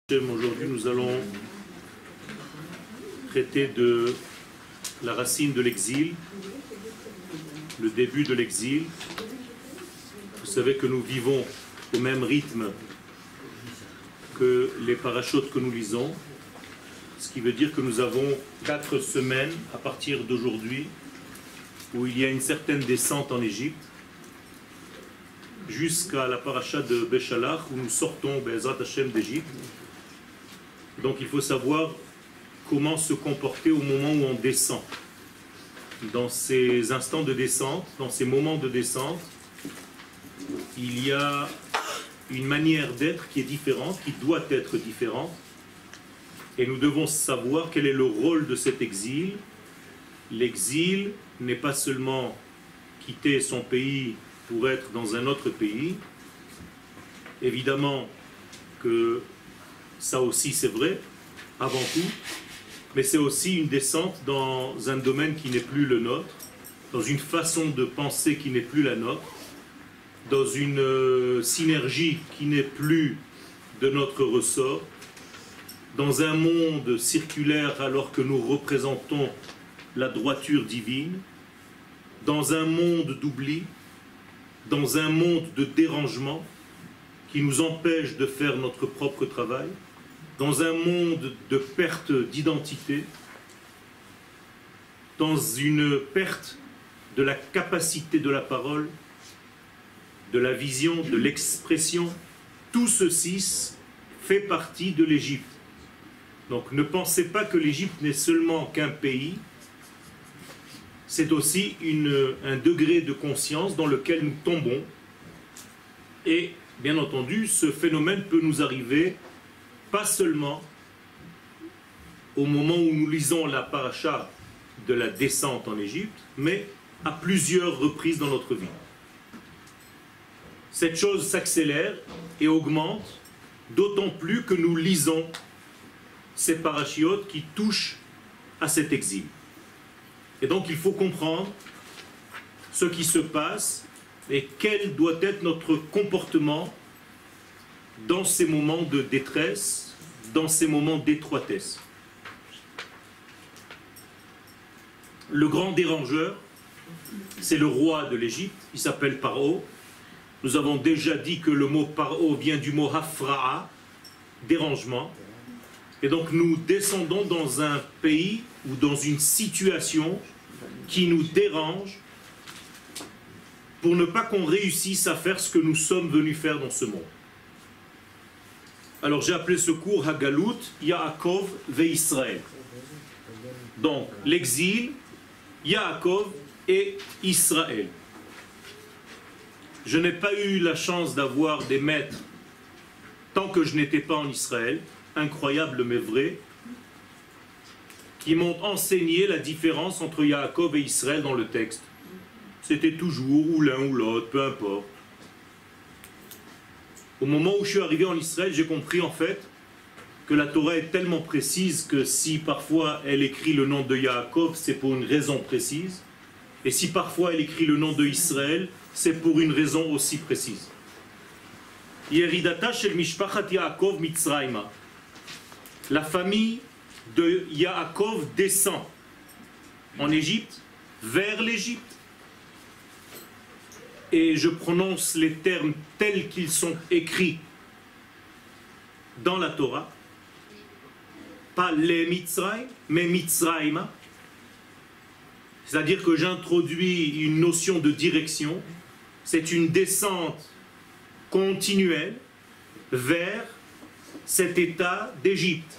Aujourd'hui, nous allons traiter de la racine de l'exil, le début de l'exil. Vous savez que nous vivons au même rythme que les parachutes que nous lisons, ce qui veut dire que nous avons 4 semaines à partir d'aujourd'hui où il y a une certaine descente en Égypte, jusqu'à la paracha de Béchalach où nous sortons Be'ezrat Hashem d'Égypte. Donc il faut savoir comment se comporter au moment où on descend. Dans ces instants de descente, dans ces moments de descente, il y a une manière d'être qui est différente, qui doit être différente. Et nous devons savoir quel est le rôle de cet exil. L'exil n'est pas seulement quitter son pays pour être dans un autre pays. Évidemment que ça aussi c'est vrai, avant tout, mais c'est aussi une descente dans un domaine qui n'est plus le nôtre, dans une façon de penser qui n'est plus la nôtre, dans une synergie qui n'est plus de notre ressort, dans un monde circulaire alors que nous représentons la droiture divine, dans un monde d'oubli, dans un monde de dérangement qui nous empêche de faire notre propre travail, dans un monde de perte d'identité, dans une perte de la capacité de la parole, de la vision, de l'expression. Tout ceci fait partie de l'Égypte. Donc ne pensez pas que l'Égypte n'est seulement qu'un pays, c'est aussi un degré de conscience dans lequel nous tombons. Et bien entendu, ce phénomène peut nous arriver pas seulement au moment où nous lisons la paracha de la descente en Égypte, mais à plusieurs reprises dans notre vie. Cette chose s'accélère et augmente, d'autant plus que nous lisons ces parachiotes qui touchent à cet exil. Et donc il faut comprendre ce qui se passe et quel doit être notre comportement dans ces moments de détresse, dans ces moments d'étroitesse. Le grand dérangeur, c'est le roi de l'Égypte, il s'appelle Paro. Nous avons déjà dit que le mot Paro vient du mot Hafra'a, dérangement. Et donc nous descendons dans un pays ou dans une situation qui nous dérange pour ne pas qu'on réussisse à faire ce que nous sommes venus faire dans ce monde. Alors j'ai appelé ce cours Hagalut, Yaakov ve Israël. Donc l'exil, Yaakov et Israël. Je n'ai pas eu la chance d'avoir des maîtres tant que je n'étais pas en Israël, incroyable mais vrai, qui m'ont enseigné la différence entre Yaakov et Israël dans le texte. C'était toujours ou l'un ou l'autre, peu importe. Au moment où je suis arrivé en Israël, j'ai compris en fait que la Torah est tellement précise que si parfois elle écrit le nom de Yaakov, c'est pour une raison précise. Et si parfois elle écrit le nom de Israël, c'est pour une raison aussi précise. Yeridata shel mishpachat Yaakov Mitzrayma. La famille de Yaakov descend en Égypte, vers l'Égypte. Et je prononce les termes tels qu'ils sont écrits dans la Torah. Pas les Mitzrayim, mais Mitzrayma. C'est-à-dire que j'introduis une notion de direction. C'est une descente continuelle vers cet état d'Égypte.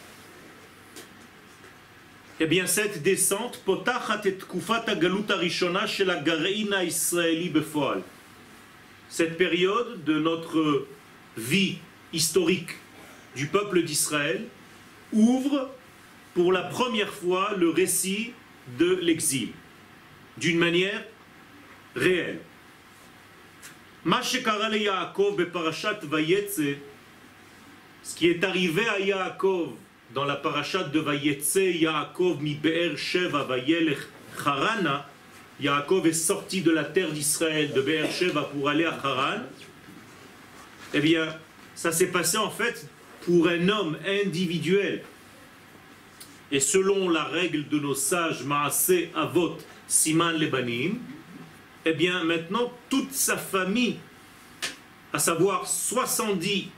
Eh bien, cette descente, potachat et tkufat hagalut harishona shel hagarein haisraeli befoal. Cette période de notre vie historique du peuple d'Israël ouvre pour la première fois le récit de l'exil, d'une manière réelle. Ma shekara le Yaakov beparashat Vayetze, ce qui est arrivé à Yaakov dans la parashat de Vayetze, Yaakov mi Be'er Sheva vayelech Harana, Yaakov est sorti de la terre d'Israël, de Be'er Sheva pour aller à Haran. Eh bien, ça s'est passé en fait pour un homme individuel, et selon la règle de nos sages, Maaseh Avot Siman Lebanim, eh bien maintenant toute sa famille, à savoir 70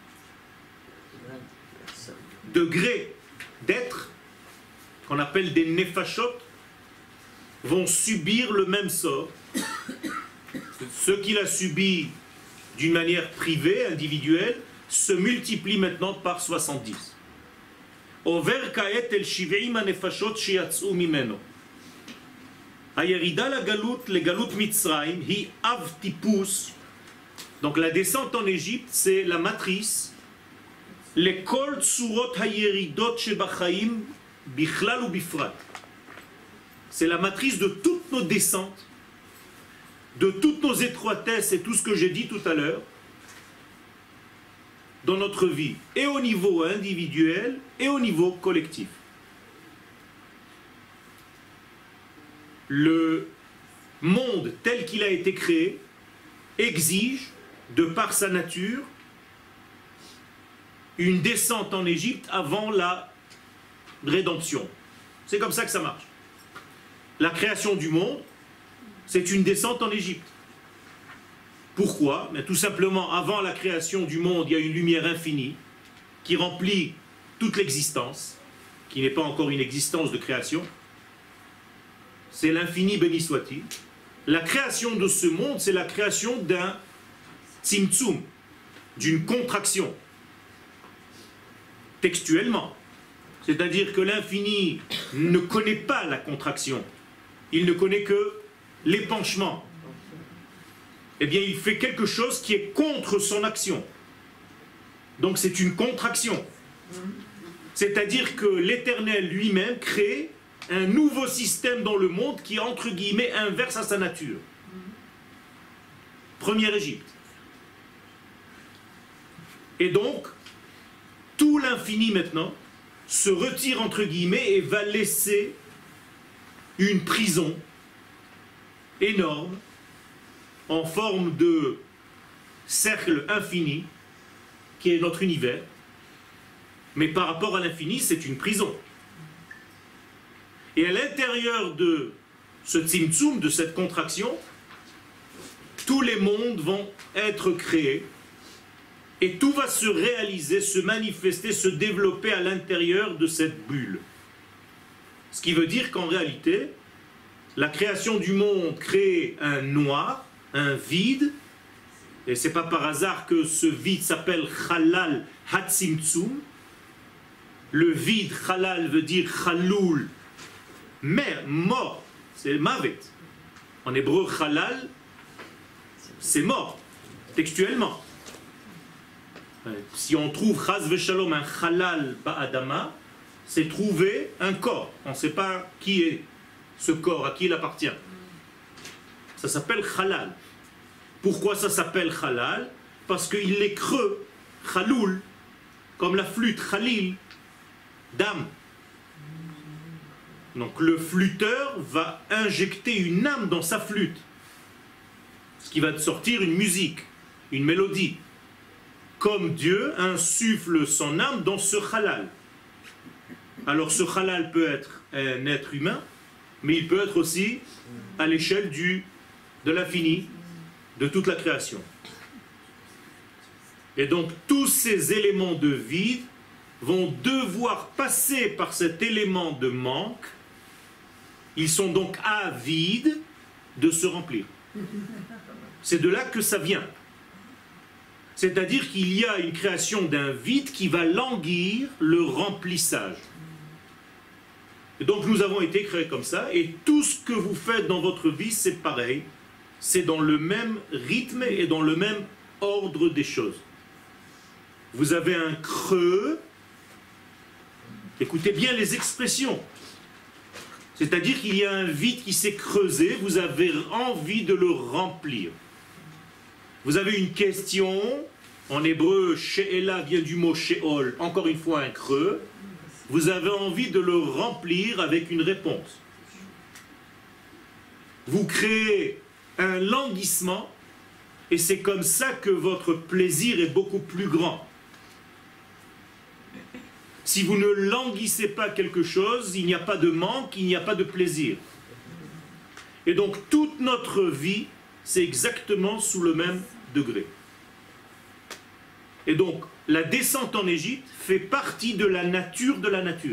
degrés d'être, qu'on appelle des nefashot, vont subir le même sort. Ce qu'il a subi d'une manière privée, individuelle, se multiplie maintenant par 70. Over kaet el shiv'im hanefashot shiyatz'u mimeno. Hayerida la galut le galut Mitzrayim hi av tipus. Donc la descente en Égypte, c'est la matrice. Les kol tsurot hayeridot shebachaim bichlal ou bifrat. C'est la matrice de toutes nos descentes, de toutes nos étroitesses et tout ce que j'ai dit tout à l'heure dans notre vie, et au niveau individuel et au niveau collectif. Le monde tel qu'il a été créé exige, de par sa nature, une descente en Égypte avant la rédemption. C'est comme ça que ça marche. La création du monde, c'est une descente en Égypte. Pourquoi? Mais tout simplement, avant la création du monde, il y a une lumière infinie qui remplit toute l'existence, qui n'est pas encore une existence de création. C'est l'infini, béni soit-il. La création de ce monde, c'est la création d'un tzimtzum, d'une contraction, textuellement. C'est-à-dire que l'infini ne connaît pas la contraction, il ne connaît que l'épanchement. Eh bien, il fait quelque chose qui est contre son action. Donc c'est une contraction. C'est-à-dire que l'Éternel lui-même crée un nouveau système dans le monde qui, entre guillemets, inverse à sa nature. Première Égypte. Et donc, tout l'infini maintenant se retire, entre guillemets, et va laisser une prison énorme en forme de cercle infini qui est notre univers, mais par rapport à l'infini, c'est une prison. Et à l'intérieur de ce tzimtzum, de cette contraction, tous les mondes vont être créés et tout va se réaliser, se manifester, se développer à l'intérieur de cette bulle. Ce qui veut dire qu'en réalité, la création du monde crée un noir, un vide, et c'est pas par hasard que ce vide s'appelle Chalal Hatzimtzum. Le vide, Chalal, veut dire Chaloul, mort, c'est Mavet. En hébreu, Chalal, c'est mort, textuellement. Si on trouve Chaz Veshalom, un Chalal Ba'adama, c'est trouver un corps. On ne sait pas qui est ce corps, à qui il appartient. Ça s'appelle Chalal. Pourquoi ça s'appelle Chalal? Parce qu'il est creux, Chaloul, comme la flûte, Khalil, d'âme. Donc le flûteur va injecter une âme dans sa flûte, ce qui va sortir une musique, une mélodie. Comme Dieu insuffle son âme dans ce Chalal. Alors ce Chalal peut être un être humain, mais il peut être aussi à l'échelle de l'infini, de toute la création. Et donc tous ces éléments de vide vont devoir passer par cet élément de manque. Ils sont donc avides de se remplir. C'est de là que ça vient. C'est-à-dire qu'il y a une création d'un vide qui va languir le remplissage. Et donc nous avons été créés comme ça, et tout ce que vous faites dans votre vie, c'est pareil. C'est dans le même rythme et dans le même ordre des choses. Vous avez un creux, écoutez bien les expressions. C'est-à-dire qu'il y a un vide qui s'est creusé, vous avez envie de le remplir. Vous avez une question, en hébreu, she'ela vient du mot she'ol, encore une fois un creux. Vous avez envie de le remplir avec une réponse. Vous créez un languissement, et c'est comme ça que votre plaisir est beaucoup plus grand. Si vous ne languissez pas quelque chose, il n'y a pas de manque, il n'y a pas de plaisir. Et donc toute notre vie, c'est exactement sous le même degré. Et donc la descente en Égypte fait partie de la nature de la nature.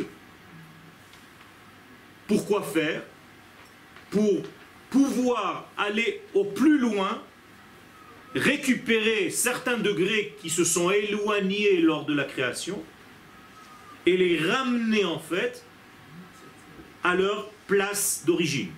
Pourquoi faire? Pour pouvoir aller au plus loin, récupérer certains degrés qui se sont éloignés lors de la création et les ramener en fait à leur place d'origine.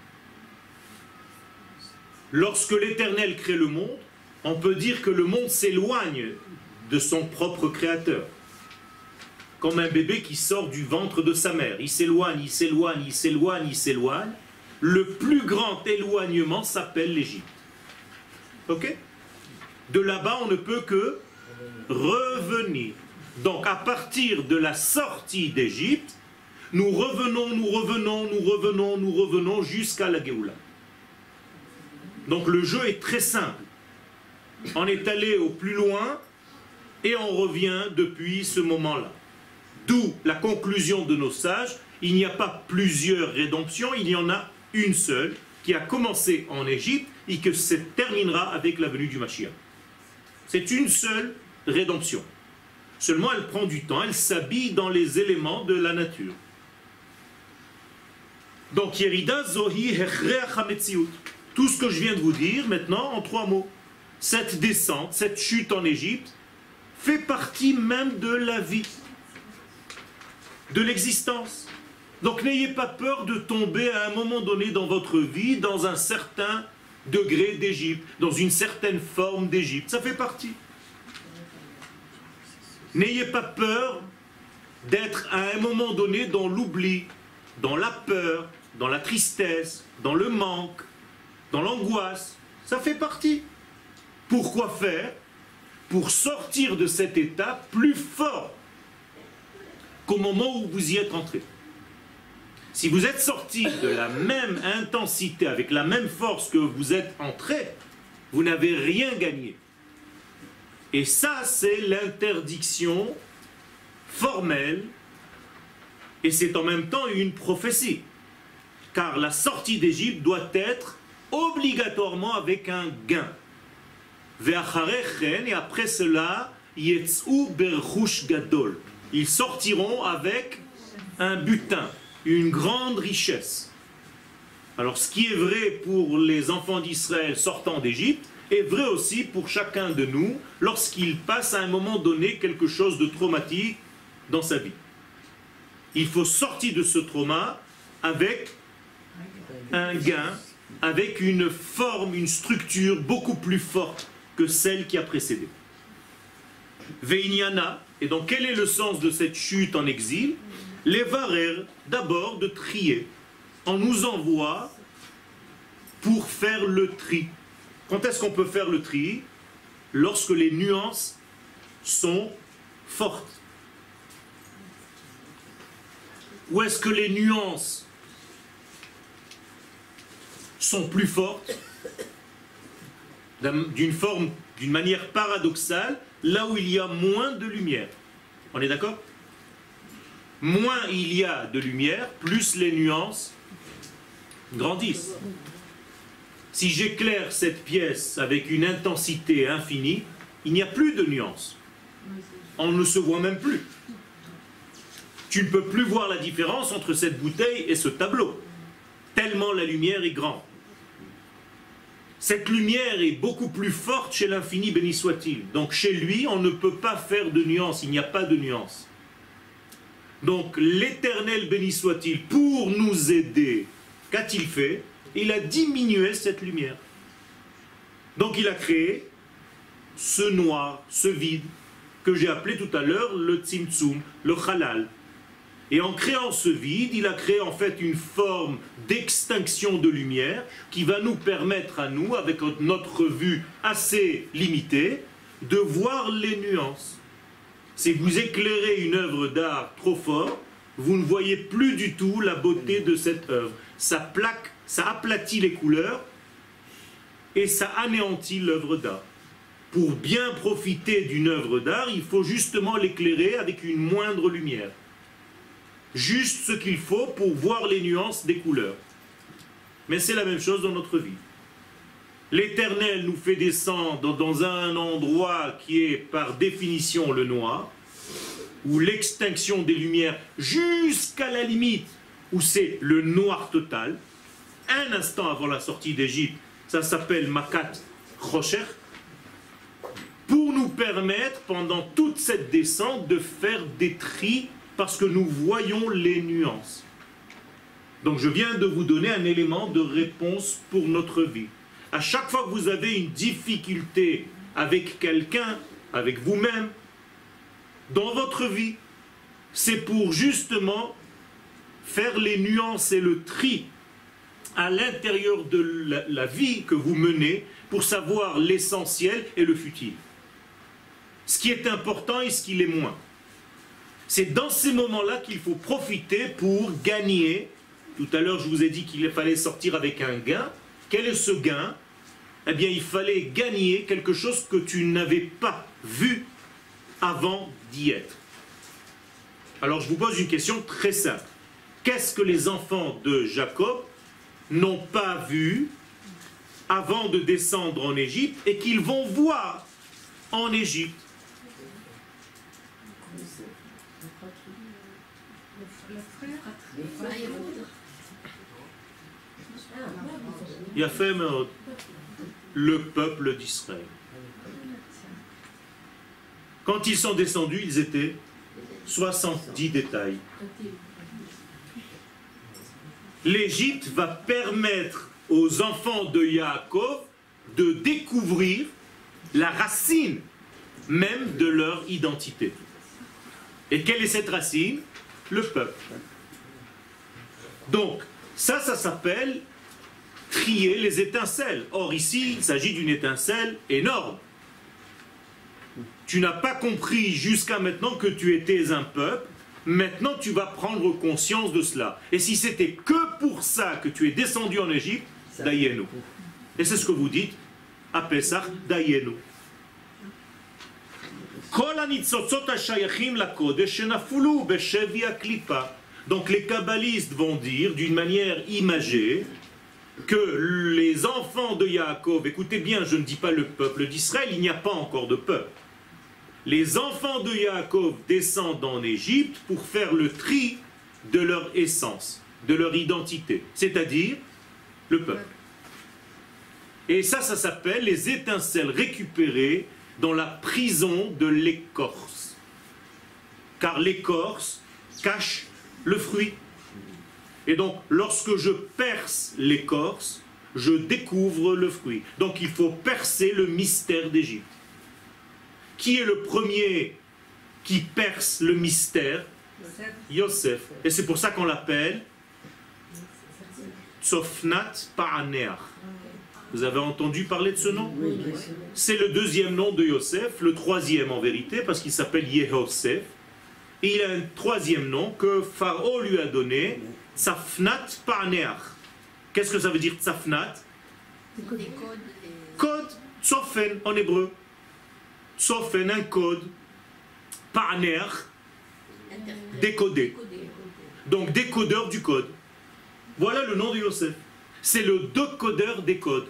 Lorsque l'Éternel crée le monde, on peut dire que le monde s'éloigne de son propre créateur. Comme un bébé qui sort du ventre de sa mère. Il s'éloigne, il s'éloigne, il s'éloigne, il s'éloigne. Le plus grand éloignement s'appelle l'Égypte. Ok? De là-bas, on ne peut que revenir. Donc, à partir de la sortie d'Égypte, nous revenons, nous revenons, nous revenons, nous revenons jusqu'à la Géoula. Donc, le jeu est très simple. On est allé au plus loin et on revient depuis ce moment-là. D'où la conclusion de nos sages, il n'y a pas plusieurs rédemptions, il y en a une seule qui a commencé en Égypte et qui se terminera avec la venue du Mashiach. C'est une seule rédemption. Seulement elle prend du temps, elle s'habille dans les éléments de la nature. Donc Yerida Zohi Hechreach HaMetziut. Tout ce que je viens de vous dire maintenant en 3 mots. Cette descente, cette chute en Égypte fait partie même de la vie, de l'existence. Donc n'ayez pas peur de tomber à un moment donné dans votre vie dans un certain degré d'Égypte, dans une certaine forme d'Égypte. Ça fait partie. N'ayez pas peur d'être à un moment donné dans l'oubli, dans la peur, dans la tristesse, dans le manque, dans l'angoisse. Ça fait partie. Pourquoi faire? Pour sortir de cet état plus fort qu'au moment où vous y êtes entré. Si vous êtes sorti de la même intensité, avec la même force que vous êtes entré, vous n'avez rien gagné. Et ça, c'est l'interdiction formelle, et c'est en même temps une prophétie. Car la sortie d'Égypte doit être obligatoirement avec un gain. Et après cela, ils sortiront avec un butin, une grande richesse. Alors ce qui est vrai pour les enfants d'Israël sortant d'Égypte est vrai aussi pour chacun de nous lorsqu'il passe à un moment donné quelque chose de traumatique dans sa vie. Il faut sortir de ce trauma avec un gain, avec une forme, une structure beaucoup plus forte que celle qui a précédé. Veinyana, et donc quel est le sens de cette chute en exil? Les varer, d'abord de trier. On nous envoie pour faire le tri. Quand est-ce qu'on peut faire le tri? Lorsque les nuances sont fortes. Où est-ce que les nuances sont plus fortes? D'une manière paradoxale, là où il y a moins de lumière. On est d'accord? Moins il y a de lumière, plus les nuances grandissent. Si j'éclaire cette pièce avec une intensité infinie, il n'y a plus de nuances. On ne se voit même plus. Tu ne peux plus voir la différence entre cette bouteille et ce tableau, tellement la lumière est grande. Cette lumière est beaucoup plus forte chez l'infini, béni soit-il. Donc chez lui, on ne peut pas faire de nuance, il n'y a pas de nuance. Donc l'Éternel, béni soit-il, pour nous aider, qu'a-t-il fait? Il a diminué cette lumière. Donc il a créé ce noir, ce vide, que j'ai appelé tout à l'heure le tzimtzum, le halal. Et en créant ce vide, il a créé en fait une forme d'extinction de lumière qui va nous permettre à nous, avec notre vue assez limitée, de voir les nuances. Si vous éclairez une œuvre d'art trop fort, vous ne voyez plus du tout la beauté de cette œuvre. Ça aplatit les couleurs et ça anéantit l'œuvre d'art. Pour bien profiter d'une œuvre d'art, il faut justement l'éclairer avec une moindre lumière. Juste ce qu'il faut pour voir les nuances des couleurs. Mais c'est la même chose dans notre vie. L'Éternel nous fait descendre dans un endroit qui est par définition le noir, où l'extinction des lumières jusqu'à la limite, où c'est le noir total. Un instant avant la sortie d'Égypte, ça s'appelle Makat Rocher, pour nous permettre pendant toute cette descente de faire des tris parce que nous voyons les nuances. Donc je viens de vous donner un élément de réponse pour notre vie. À chaque fois que vous avez une difficulté avec quelqu'un, avec vous-même, dans votre vie, c'est pour justement faire les nuances et le tri à l'intérieur de la vie que vous menez pour savoir l'essentiel et le futile. Ce qui est important et ce qui l'est moins. C'est dans ces moments-là qu'il faut profiter pour gagner. Tout à l'heure, je vous ai dit qu'il fallait sortir avec un gain. Quel est ce gain? Eh bien, il fallait gagner quelque chose que tu n'avais pas vu avant d'y être. Alors, je vous pose une question très simple. Qu'est-ce que les enfants de Jacob n'ont pas vu avant de descendre en Égypte et qu'ils vont voir en Égypte? Yafé Meod, le peuple d'Israël. Quand ils sont descendus, ils étaient 70 détails. L'Égypte va permettre aux enfants de Yaakov de découvrir la racine même de leur identité. Et quelle est cette racine? Le peuple. Donc, ça s'appelle trier les étincelles. Or, ici, il s'agit d'une étincelle énorme. Tu n'as pas compris jusqu'à maintenant que tu étais un peuple. Maintenant, tu vas prendre conscience de cela. Et si c'était que pour ça que tu es descendu en Égypte, Dayenu. Et c'est ce que vous dites à Pessah, Dayenu. Donc les kabbalistes vont dire d'une manière imagée que les enfants de Yaakov, écoutez bien, je ne dis pas le peuple d'Israël, il n'y a pas encore de peuple. Les enfants de Yaakov descendent en Égypte pour faire le tri de leur essence, de leur identité, c'est-à-dire le peuple. Et ça s'appelle les étincelles récupérées dans la prison de l'écorce. Car l'écorce cache le fruit. Et donc, lorsque je perce l'écorce, je découvre le fruit. Donc, il faut percer le mystère d'Égypte. Qui est le premier qui perce le mystère? Yosef. Et c'est pour ça qu'on l'appelle Tsofnat Pa'aneach. Vous avez entendu parler de ce nom? C'est le deuxième nom de Yosef, le troisième en vérité, parce qu'il s'appelle Yehosef. Et il a un troisième nom que Pharaon lui a donné, Tsafnat Pa'aneach. Qu'est-ce que ça veut dire Tsafnat? Code, Tsofen en hébreu. Tsofen, un code. Pa'aneach, décodé. Donc décodeur du code. Voilà le nom de Yosef. C'est le décodeur des codes.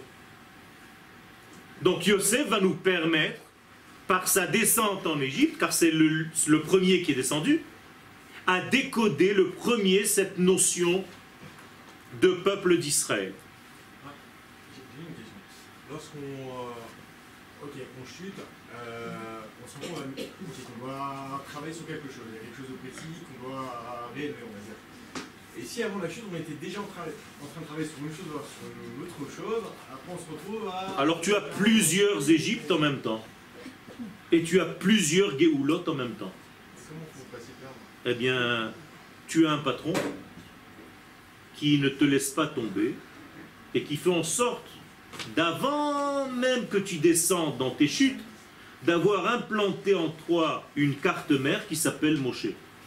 Donc Yosef va nous permettre, par sa descente en Égypte, car c'est le premier qui est descendu, à décoder le premier cette notion de peuple d'Israël. Ah, j'ai une question. Lorsqu'on on chute, on se rend compte qu'on doit travailler sur quelque chose. Il y a quelque chose de précis qu'on doit réélever, on va dire. Et si avant la chute, on était déjà en train de travailler sur une chose, sur une autre chose, après on se retrouve à... Alors tu as plusieurs Égyptes en même temps. Et tu as plusieurs Géoulot en même temps. Comment il faut pas s'y perdre? Eh bien, tu as un patron qui ne te laisse pas tomber et qui fait en sorte, d'avant même que tu descendes dans tes chutes, d'avoir implanté en toi une carte mère qui s'appelle Moshe.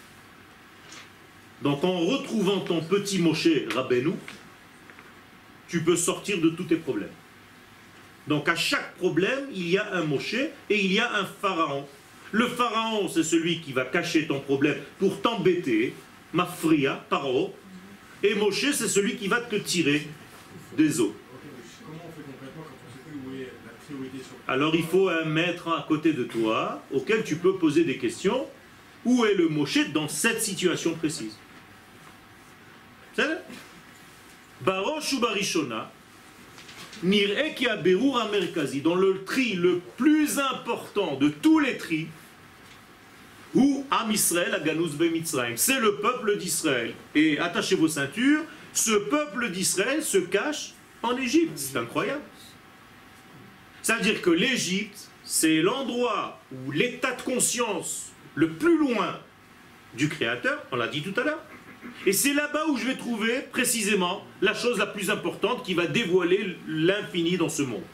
Donc en retrouvant ton petit Moshe Rabbeinu, tu peux sortir de tous tes problèmes. Donc à chaque problème, il y a un Moshe et il y a un pharaon. Le pharaon, c'est celui qui va cacher ton problème pour t'embêter, mafria, paro. Et Moshe, c'est celui qui va te tirer des eaux. Comment on fait concrètement quand on sait plus où est la priorité sur... Alors il faut un maître à côté de toi auquel tu peux poser des questions. Où est le Moshe dans cette situation précise? C'est ça? Barosh ou Barishona, Nir'e ki haberur hamerkazi, dans le tri le plus important de tous les tris, ou Am Israël Aganus Bemitzrayim, c'est le peuple d'Israël. Et attachez vos ceintures, ce peuple d'Israël se cache en Égypte. C'est incroyable. Ça veut dire que l'Égypte, c'est l'endroit où l'état de conscience le plus loin du Créateur, on l'a dit tout à l'heure. Et c'est là-bas où je vais trouver précisément la chose la plus importante qui va dévoiler l'infini dans ce monde.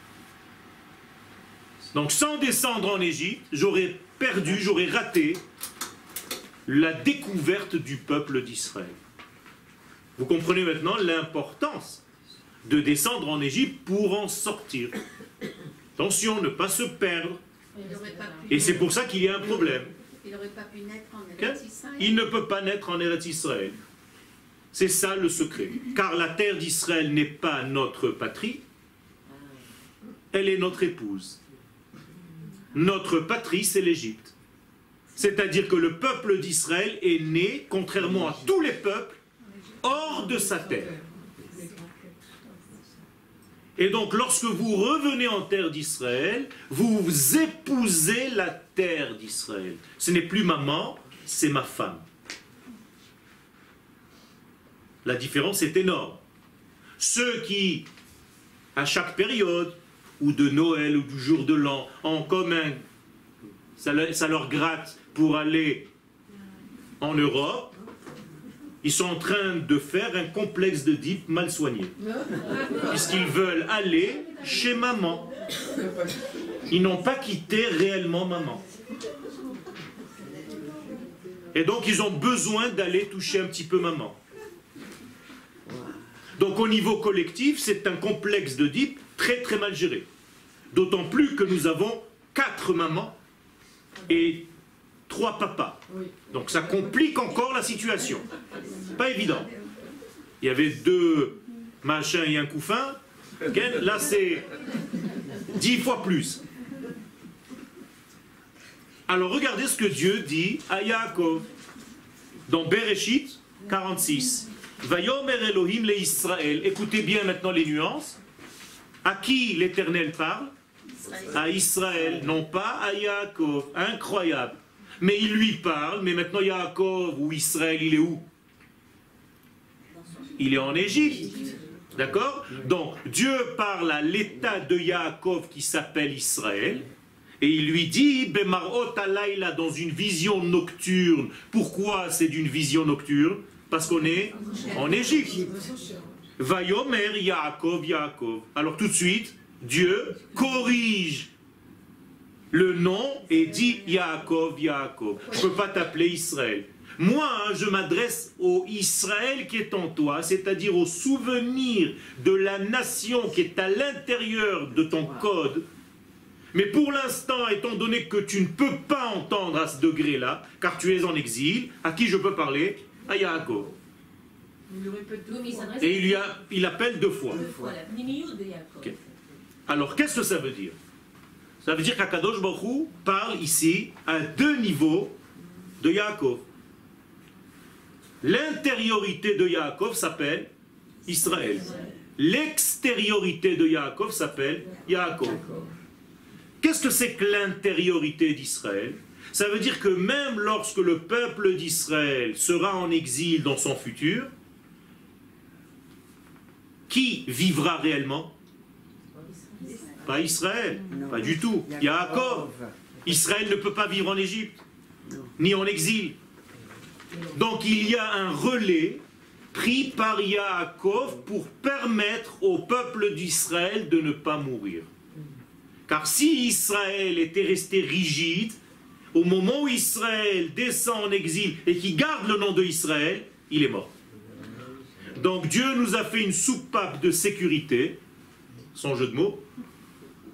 Donc sans descendre en Égypte, j'aurais perdu, j'aurais raté la découverte du peuple d'Israël. Vous comprenez maintenant l'importance de descendre en Égypte pour en sortir. Attention, ne pas se perdre. Et c'est pour ça qu'il y a un problème. Il n'aurait pas pu naître en Eretz Israël. Il ne peut pas naître en Eretz Israël. C'est ça le secret. Car la terre d'Israël n'est pas notre patrie, elle est notre épouse. Notre patrie, c'est l'Égypte. C'est-à-dire que le peuple d'Israël est né, contrairement à tous les peuples, hors de sa terre. Et donc, lorsque vous revenez en terre d'Israël, vous épousez la terre d'Israël. Ce n'est plus maman, c'est ma femme. La différence est énorme. Ceux qui, à chaque période, ou de Noël, ou du jour de l'an, en commun, ça leur gratte pour aller en Europe, ils sont en train de faire un complexe d'Oedipe mal soigné. Puisqu'ils veulent aller chez maman. Ils n'ont pas quitté réellement maman. Et donc ils ont besoin d'aller toucher un petit peu maman. Donc au niveau collectif, c'est un complexe d'Oedipe très très mal géré. D'autant plus que nous avons 4 mamans et 3 papas. Donc ça complique encore la situation. Pas évident. Il y avait 2 machins et un couffin. Là c'est 10 fois plus. Alors regardez ce que Dieu dit à Yaakov dans Bereshit 46. Vayomer Elohim le Israël. Écoutez bien maintenant les nuances. À qui l'Éternel parle? À Israël, non pas à Yaakov. Incroyable. Mais il lui parle, mais maintenant Yaakov ou Israël, il est où? Il est en Égypte. D'accord? Donc, Dieu parle à l'état de Yaakov qui s'appelle Israël, et il lui dit, Bemarot alayla, dans une vision nocturne. Pourquoi c'est d'une vision nocturne? Parce qu'on est en Égypte. Vayomer Yaakov, Yaakov. Alors tout de suite, Dieu corrige le nom et dit Yaakov, Yaakov. Je ne peux pas t'appeler Israël. Moi, je m'adresse au Israël qui est en toi, c'est-à-dire au souvenir de la nation qui est à l'intérieur de ton code. Mais pour l'instant, étant donné que tu ne peux pas entendre à ce degré-là, car tu es en exil, à qui je peux parler? À Yaakov. Et il appelle 2 fois. Okay. Alors, qu'est-ce que ça veut dire? Ça veut dire qu'Akadosh Baruch Hu parle ici à 2 niveaux de Yaakov. L'intériorité de Yaakov s'appelle Israël. L'extériorité de Yaakov s'appelle Yaakov. Qu'est-ce que c'est que l'intériorité d'Israël? Ça veut dire que même lorsque le peuple d'Israël sera en exil dans son futur, qui vivra réellement? Pas Israël, pas du tout. Yaakov. Israël ne peut pas vivre en Égypte, ni en exil. Donc il y a un relais pris par Yaakov pour permettre au peuple d'Israël de ne pas mourir. Car si Israël était resté rigide, au moment où Israël descend en exil et qui garde le nom de Israël, il est mort. Donc Dieu nous a fait une soupape de sécurité, sans jeu de mots,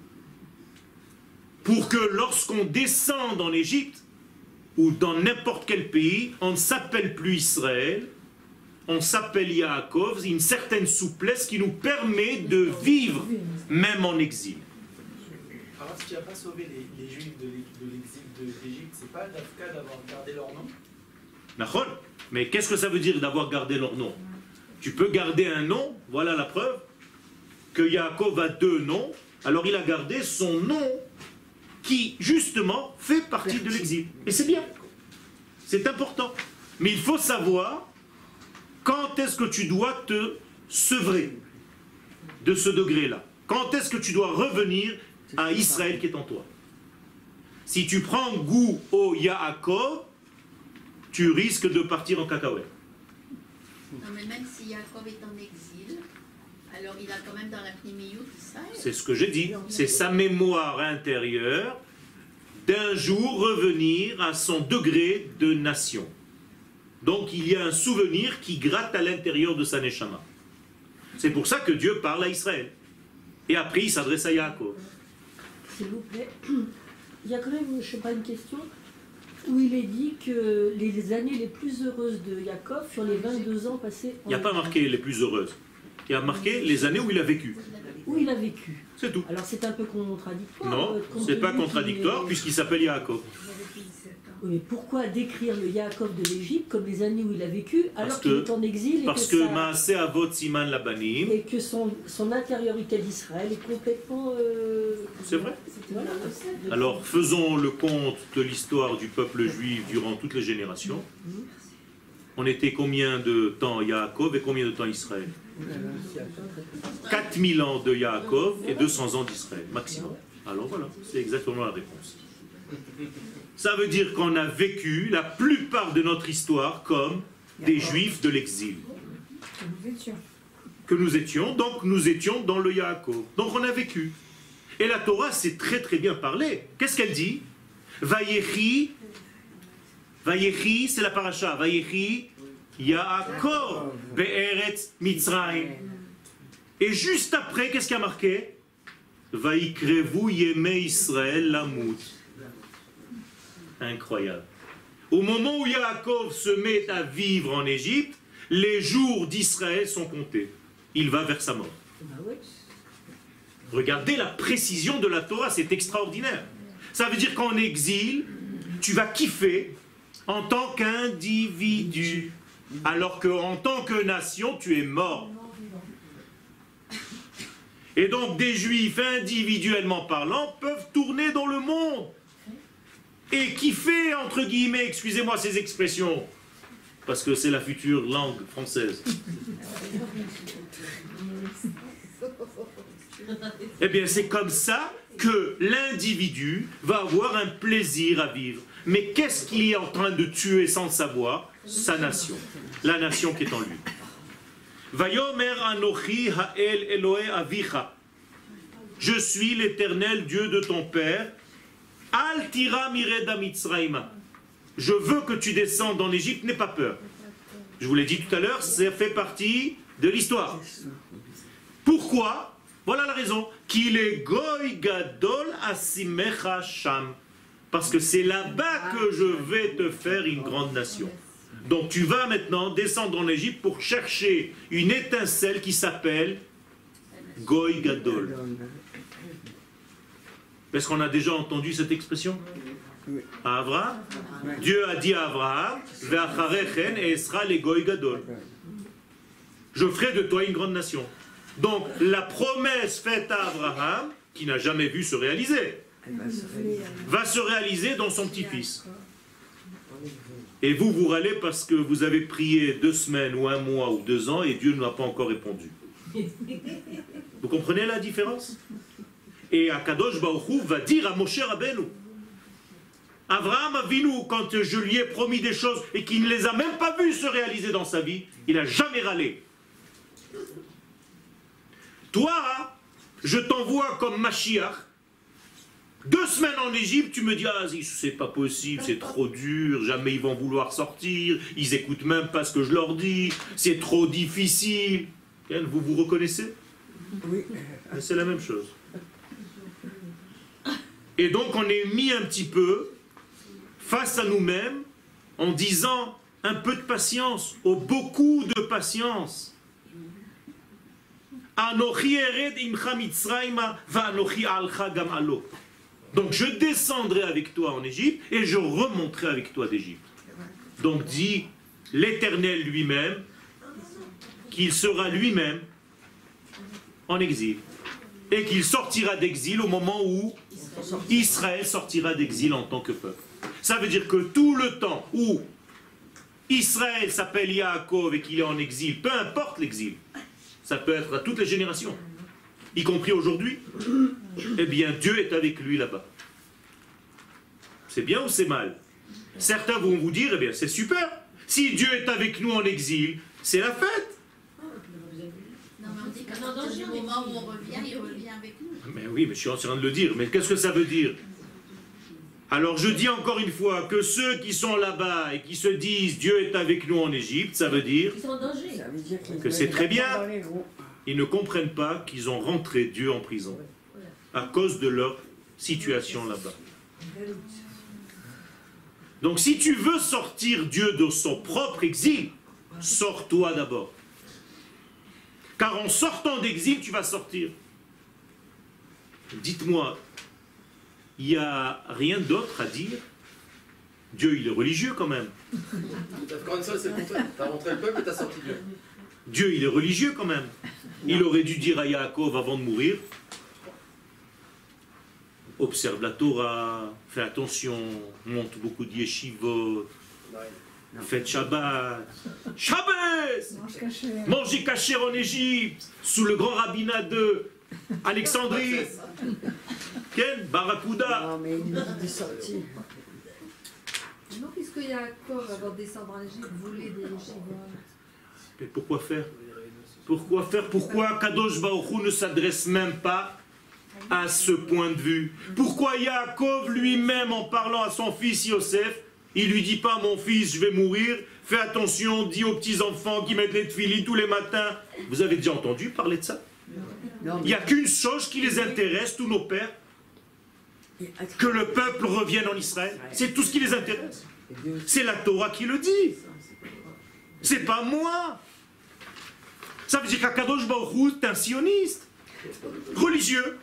pour que lorsqu'on descend en Égypte, ou dans n'importe quel pays, on ne s'appelle plus Israël, on s'appelle Yaakov, une certaine souplesse qui nous permet de vivre même en exil. Alors, ce qui n'a pas sauvé les Juifs de l'exil d'Égypte, c'est pas l'Afka d'avoir gardé leur nom? Nachol. Mais qu'est-ce que ça veut dire d'avoir gardé leur nom? Tu peux garder un nom, voilà la preuve, que Yaakov a 2 noms, alors il a gardé son nom qui, justement, fait partie de l'exil. Et c'est bien. C'est important. Mais il faut savoir quand est-ce que tu dois te sevrer de ce degré-là. Quand est-ce que tu dois revenir à Israël qui est en toi. Si tu prends goût au Yaakov, tu risques de partir en cacahuète. Non, mais même si Yaakov est en exil, alors il a quand même dans la Pnimiyut Israël. C'est ce que j'ai dit. C'est sa mémoire intérieure d'un jour revenir à son degré de nation. Donc il y a un souvenir qui gratte à l'intérieur de sa neshama. C'est pour ça que Dieu parle à Israël. Et après il s'adresse à Yaakov. S'il vous plaît, il y a quand même, je sais pas, une question où il est dit que les années les plus heureuses de Yaakov sur les 22 ans passés en... Il n'y a pas marqué les plus heureuses. Il y a marqué les années où il a vécu. Où il a vécu. C'est tout. Alors c'est un peu contradictoire. Non, c'est pas contradictoire puisqu'il s'appelle Yaakov. Oui, mais pourquoi décrire le Yaakov de l'Égypte comme les années où il a vécu alors qu'il est en exil parce que Maaseh Avot Siman Labanim, et que son intériorité d'Israël est complètement... C'est vrai. Voilà. Alors faisons le compte de l'histoire du peuple juif durant toutes les générations. On était combien de temps Yaakov et combien de temps Israël? 4000 ans de Yaakov et 200 ans d'Israël, maximum. Alors voilà, c'est exactement la réponse. Ça veut dire qu'on a vécu la plupart de notre histoire comme des juifs de l'exil. Que nous étions, donc nous étions dans le Yaakov. Donc on a vécu. Et la Torah sait très très bien parler. Qu'est-ce qu'elle dit? Vayechi, Vayechi, c'est la paracha. Vayechi Yaakov be'eretz Mitzrayim. Et juste après, qu'est-ce qui a marqué? Vaikrevu yemei Israël lamut. Incroyable. Au moment où Yaakov se met à vivre en Égypte, les jours d'Israël sont comptés. Il va vers sa mort. Regardez la précision de la Torah, c'est extraordinaire. Ça veut dire qu'en exil, tu vas kiffer en tant qu'individu, alors qu'en tant que nation, tu es mort. Et donc des juifs, individuellement parlant, peuvent tourner dans le monde et kiffer, entre guillemets, excusez-moi ces expressions, parce que c'est la future langue française. Eh bien, c'est comme ça que l'individu va avoir un plaisir à vivre. Mais qu'est-ce qu'il est en train de tuer sans le savoir? Sa nation, la nation qui est en lui. Vayomer Anochi Ha'el Elohe Avicha. Je suis l'Éternel Dieu de ton père. Al tira mireda Mitzrayma. Je veux que tu descendes en Égypte, n'aie pas peur. Je vous l'ai dit tout à l'heure, ça fait partie de l'histoire. Pourquoi? Voilà la raison. Qu'il est goy gadol asimecha sham. Parce que c'est là-bas que je vais te faire une grande nation. Donc tu vas maintenant descendre en Égypte pour chercher une étincelle qui s'appelle goy gadol. Est-ce qu'on a déjà entendu cette expression? À Abraham, Dieu a dit à Abraham, Ve'acharechen esra le goy gadol. Je ferai de toi une grande nation. Donc la promesse faite à Abraham, qui n'a jamais vu se réaliser, va se réaliser dans son petit-fils. Et vous, vous râlez parce que vous avez prié 2 semaines ou 1 mois ou 2 ans et Dieu ne m'a pas encore répondu. Vous comprenez la différence? Et Akadosh Baruch Hu va dire à Moshe Rabbeinu, Abraham Avinu, quand je lui ai promis des choses et qu'il ne les a même pas vues se réaliser dans sa vie, il n'a jamais râlé. Toi, je t'envoie comme Mashiach. 2 semaines en Égypte, tu me dis, ah, c'est pas possible, c'est trop dur, jamais ils vont vouloir sortir, ils écoutent même pas ce que je leur dis, c'est trop difficile. Vous vous reconnaissez? Oui. C'est la même chose. Et donc on est mis un petit peu face à nous-mêmes en disant un peu de patience, ou beaucoup de patience. Donc je descendrai avec toi en Égypte et je remonterai avec toi d'Égypte. Donc dit l'Éternel lui-même qu'il sera lui-même en exil et qu'il sortira d'exil au moment où Israël sortira d'exil en tant que peuple. Ça veut dire que tout le temps où Israël s'appelle Yaakov et qu'il est en exil, peu importe l'exil, ça peut être à toutes les générations, y compris aujourd'hui, eh bien Dieu est avec lui là-bas. C'est bien ou c'est mal? Certains vont vous dire, eh bien c'est super, si Dieu est avec nous en exil, c'est la fête. Non, mais on dit qu'à partir du moment où on revient, il revient avec nous. Mais oui, mais je suis en train de le dire, mais qu'est-ce que ça veut dire? Alors je dis encore une fois que ceux qui sont là-bas et qui se disent Dieu est avec nous en Égypte, ça veut dire que c'est très bien. Ils ne comprennent pas qu'ils ont rentré Dieu en prison à cause de leur situation là-bas. Donc si tu veux sortir Dieu de son propre exil, sors-toi d'abord. Car en sortant d'exil, tu vas sortir. Dites-moi, il n'y a rien d'autre à dire? Dieu, il est religieux quand même. Encore une fois, c'est pour toi. T'as rentré le peuple et t'as sorti Dieu. Dieu, il est religieux quand même. Il aurait dû dire à Yaakov avant de mourir, observe la Torah, fais attention, monte beaucoup d'yeshivot, faites Shabbat, Shabbos, mangez kasher en Égypte, sous le grand rabbinat de Alexandrie. Ken, Barracuda. Non, mais il est sorti. Non, puisque Yaakov, avant de descendre en Égypte, voulait des yeshivot. Mais pourquoi faire? Pourquoi faire? Pourquoi Kadosh Baruch Hu ne s'adresse même pas à ce point de vue? Pourquoi Yaakov lui-même, en parlant à son fils Yosef, il lui dit pas, mon fils, je vais mourir, fais attention, dis aux petits-enfants qui mettent les tefilines tous les matins. Vous avez déjà entendu parler de ça? Il n'y a qu'une chose qui les intéresse, tous nos pères, que le peuple revienne en Israël. C'est tout ce qui les intéresse. C'est la Torah qui le dit. C'est pas moi. Ça veut dire qu'Akadosh Baruch Hu est un sioniste, religieux.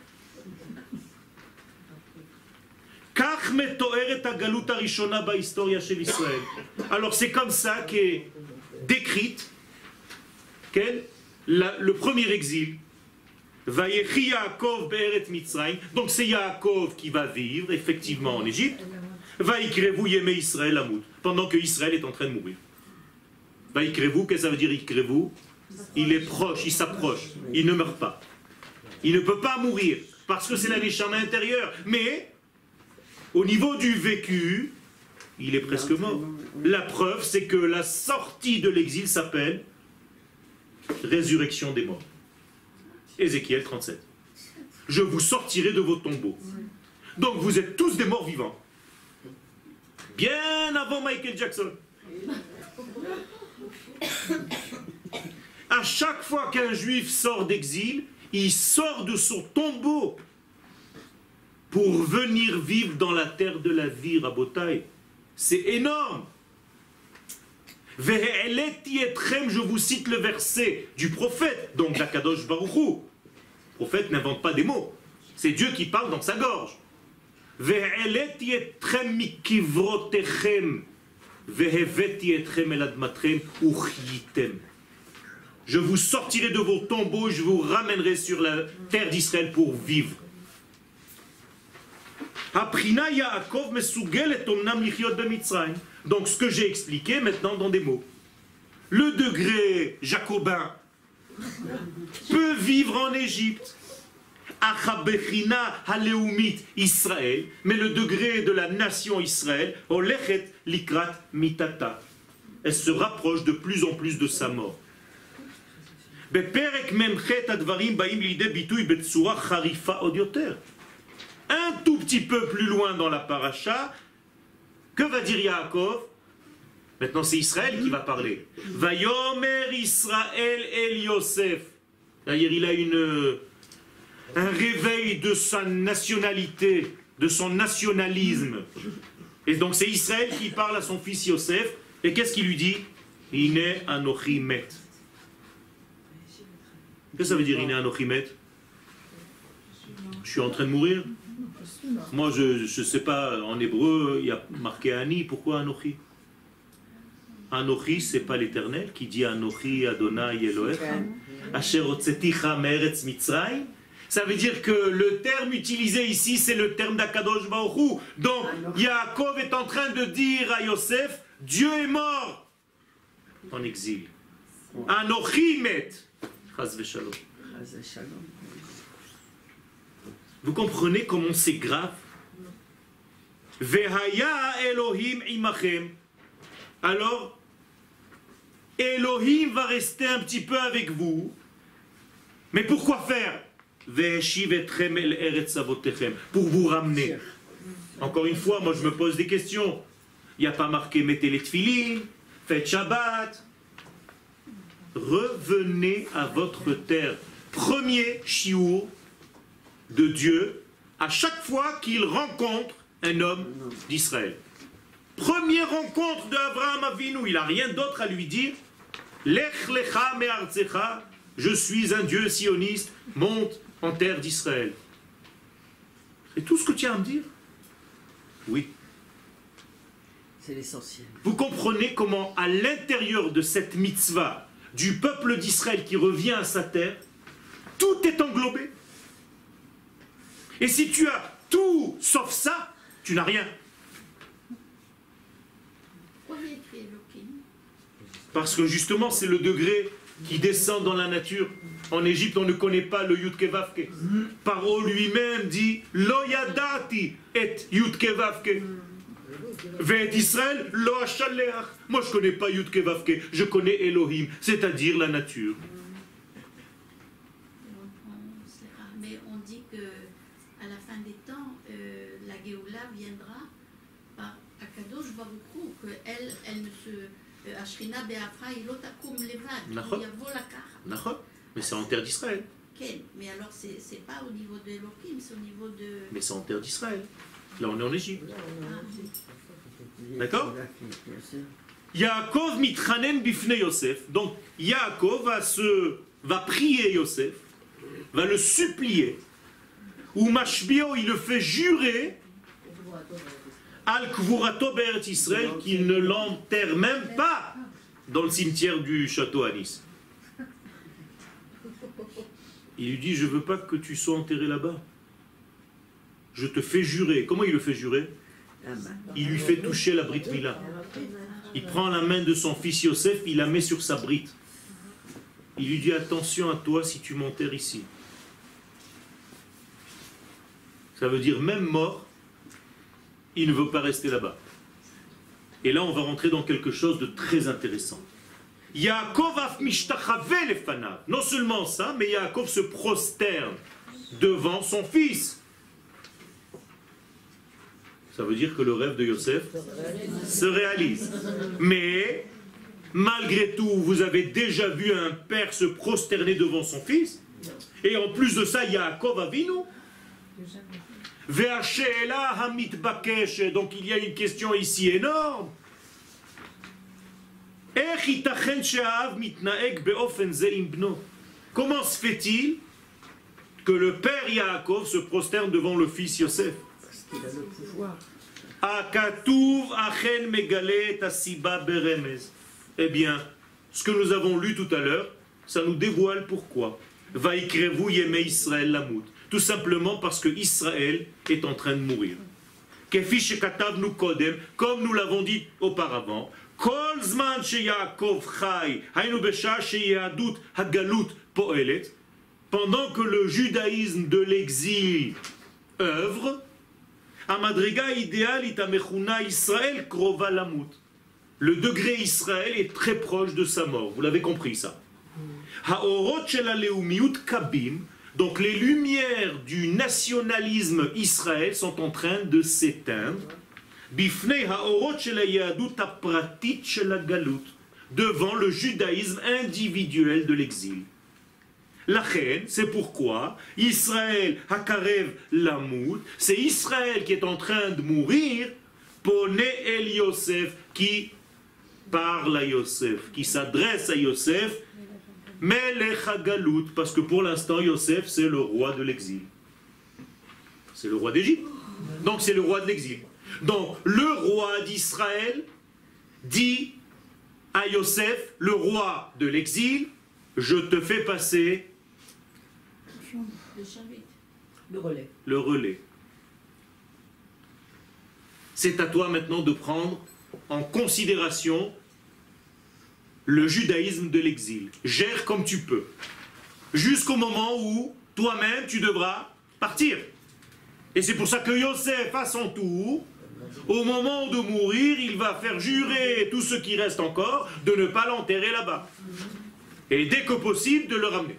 Alors c'est comme ça qu'est décrite le premier exil. Donc c'est Yaakov qui va vivre effectivement en Égypte. Pendant que Israël est en train de mourir. Qu'est-ce que ça veut dire Ikrevu? Il est proche, il s'approche, il ne meurt pas. Il ne peut pas mourir, parce que c'est la neshama intérieure. Mais, au niveau du vécu, il est presque mort. La preuve, c'est que la sortie de l'exil s'appelle résurrection des morts. Ézéchiel 37. Je vous sortirai de vos tombeaux. Donc vous êtes tous des morts vivants. Bien avant Michael Jackson. À chaque fois qu'un juif sort d'exil, il sort de son tombeau pour venir vivre dans la terre de la vie, Rabotai. C'est énorme. Je vous cite le verset du prophète, donc d'Akadosh Baruch Hu. Le prophète n'invente pas des mots. C'est Dieu qui parle dans sa gorge. Je vous sortirai de vos tombeaux, je vous ramènerai sur la terre d'Israël pour vivre. Donc ce que j'ai expliqué maintenant dans des mots. Le degré jacobin peut vivre en Égypte. Israël, mais le degré de la nation Israël, elle se rapproche de plus en plus de sa mort. Un tout petit peu plus loin dans la paracha, que va dire Yaakov? Maintenant c'est Israël qui va parler. Vayomer Israël el Yosef. D'ailleurs il a un réveil de sa nationalité. de son nationalisme. Et donc c'est Israël qui parle à son fils Yosef, et qu'est-ce qu'il lui dit? Ine anochi met. Qu'est-ce que ça veut dire Ine anochi met? Je suis en train de mourir? Moi je ne sais pas, en hébreu il y a marqué Ani, pourquoi Anochi? Anochi c'est pas l'Éternel qui dit Anochi Adonai Elohecha Asher hotzeticha me'eretz Mitzrayim. Ça veut dire que le terme utilisé ici, c'est le terme d'Akadosh Baruch Hu. Donc, Yaakov est en train de dire à Yosef, Dieu est mort en exil. Anochi met. Chas v'shalom. Vous comprenez comment c'est grave? Vehaya Elohim imachem. Alors, Elohim va rester un petit peu avec vous. Mais pourquoi faire? Pour vous ramener. Encore une fois, moi je me pose des questions. Il n'y a pas marqué mettez les tefilines, faites Shabbat. Revenez à votre terre. Premier chiour de Dieu à chaque fois qu'il rencontre un homme d'Israël. Première rencontre d'Abraham Avinu, il n'a rien d'autre à lui dire. Lech lecha me'artzecha, je suis un Dieu sioniste, monte en terre d'Israël. C'est tout ce que tu as à me dire? Oui. C'est l'essentiel. Vous comprenez comment, à l'intérieur de cette mitzvah, du peuple d'Israël qui revient à sa terre, tout est englobé. Et si tu as tout sauf ça, tu n'as rien. Pourquoi il y a écrit Elohim? Parce que justement, c'est le degré qui descend dans la nature. En Égypte, on ne connaît pas le Yud Kevavke. Paro lui-même dit Lo yadati et Yud Kevavke. Ve'et Israël lo hashaleach. Moi, je ne connais pas Yud Kevavke, je connais Elohim, c'est-à-dire la nature. Mais on dit que à la fin des temps, la Géoula viendra par Akadosh Baruch Hu, qu'elle ne se. Ashrina be'afra ilot takum levad. Yavo lakach. Mais c'est en terre d'Israël. Ken, mais alors c'est pas au niveau de Elohim, c'est au niveau de. Mais c'est en terre d'Israël. Là, on est en Égypte. D'accord? Yaakov mitranen bifne Yosef. Donc, Yaakov va prier Yosef, va le supplier. Ou Mashbio, il le fait jurer al kvurato be'eretz Israël qu'il ne l'enterre même pas dans le cimetière du château à Nice. Il lui dit, je ne veux pas que tu sois enterré là-bas. Je te fais jurer. Comment il le fait jurer? Il lui fait toucher la Brit Mila. Il prend la main de son fils Yosef, il la met sur sa Brit. Il lui dit, attention à toi si tu m'enterres ici. Ça veut dire, même mort, il ne veut pas rester là-bas. Et là, on va rentrer dans quelque chose de très intéressant. Yaakov af mishtachave lefanav. Non seulement ça, mais Yaakov se prosterne devant son fils. Ça veut dire que le rêve de Yosef se réalise. Mais, malgré tout, vous avez déjà vu un père se prosterner devant son fils. Et en plus de ça, Yaakov Avinu. Ve'ashe'ela hamitbakesh. Donc il y a une question ici énorme. Comment se fait-il que le père Yaakov se prosterne devant le fils Yosef? Parce qu'il a le pouvoir. Eh bien, ce que nous avons lu tout à l'heure, ça nous dévoile pourquoi. Vaikrevu yemei Israël lamut. Tout simplement parce que Israël est en train de mourir. Comme nous l'avons dit auparavant, pendant que le judaïsme de l'exil œuvre, le degré Israël est très proche de sa mort. Vous l'avez compris ça. Donc les lumières du nationalisme Israël sont en train de s'éteindre devant le judaïsme individuel de l'exil. La reine, c'est pourquoi Israël Hakarev Lamoud, c'est Israël qui est en train de mourir, Poné El Yosef, qui parle à Yosef, qui s'adresse à Yosef, Melech HaGalut, parce que pour l'instant Yosef c'est le roi de l'exil. C'est le roi d'Égypte. Donc c'est le roi de l'exil. Donc le roi d'Israël dit à Yosef, le roi de l'exil, je te fais passer Le relais. le relais. C'est à toi maintenant de prendre en considération le judaïsme de l'exil. Gère comme tu peux. Jusqu'au moment où toi-même tu devras partir. Et c'est pour ça que Yosef, à son tour, au moment de mourir, il va faire jurer tout ce qui reste encore de ne pas l'enterrer là-bas. Et dès que possible, de le ramener.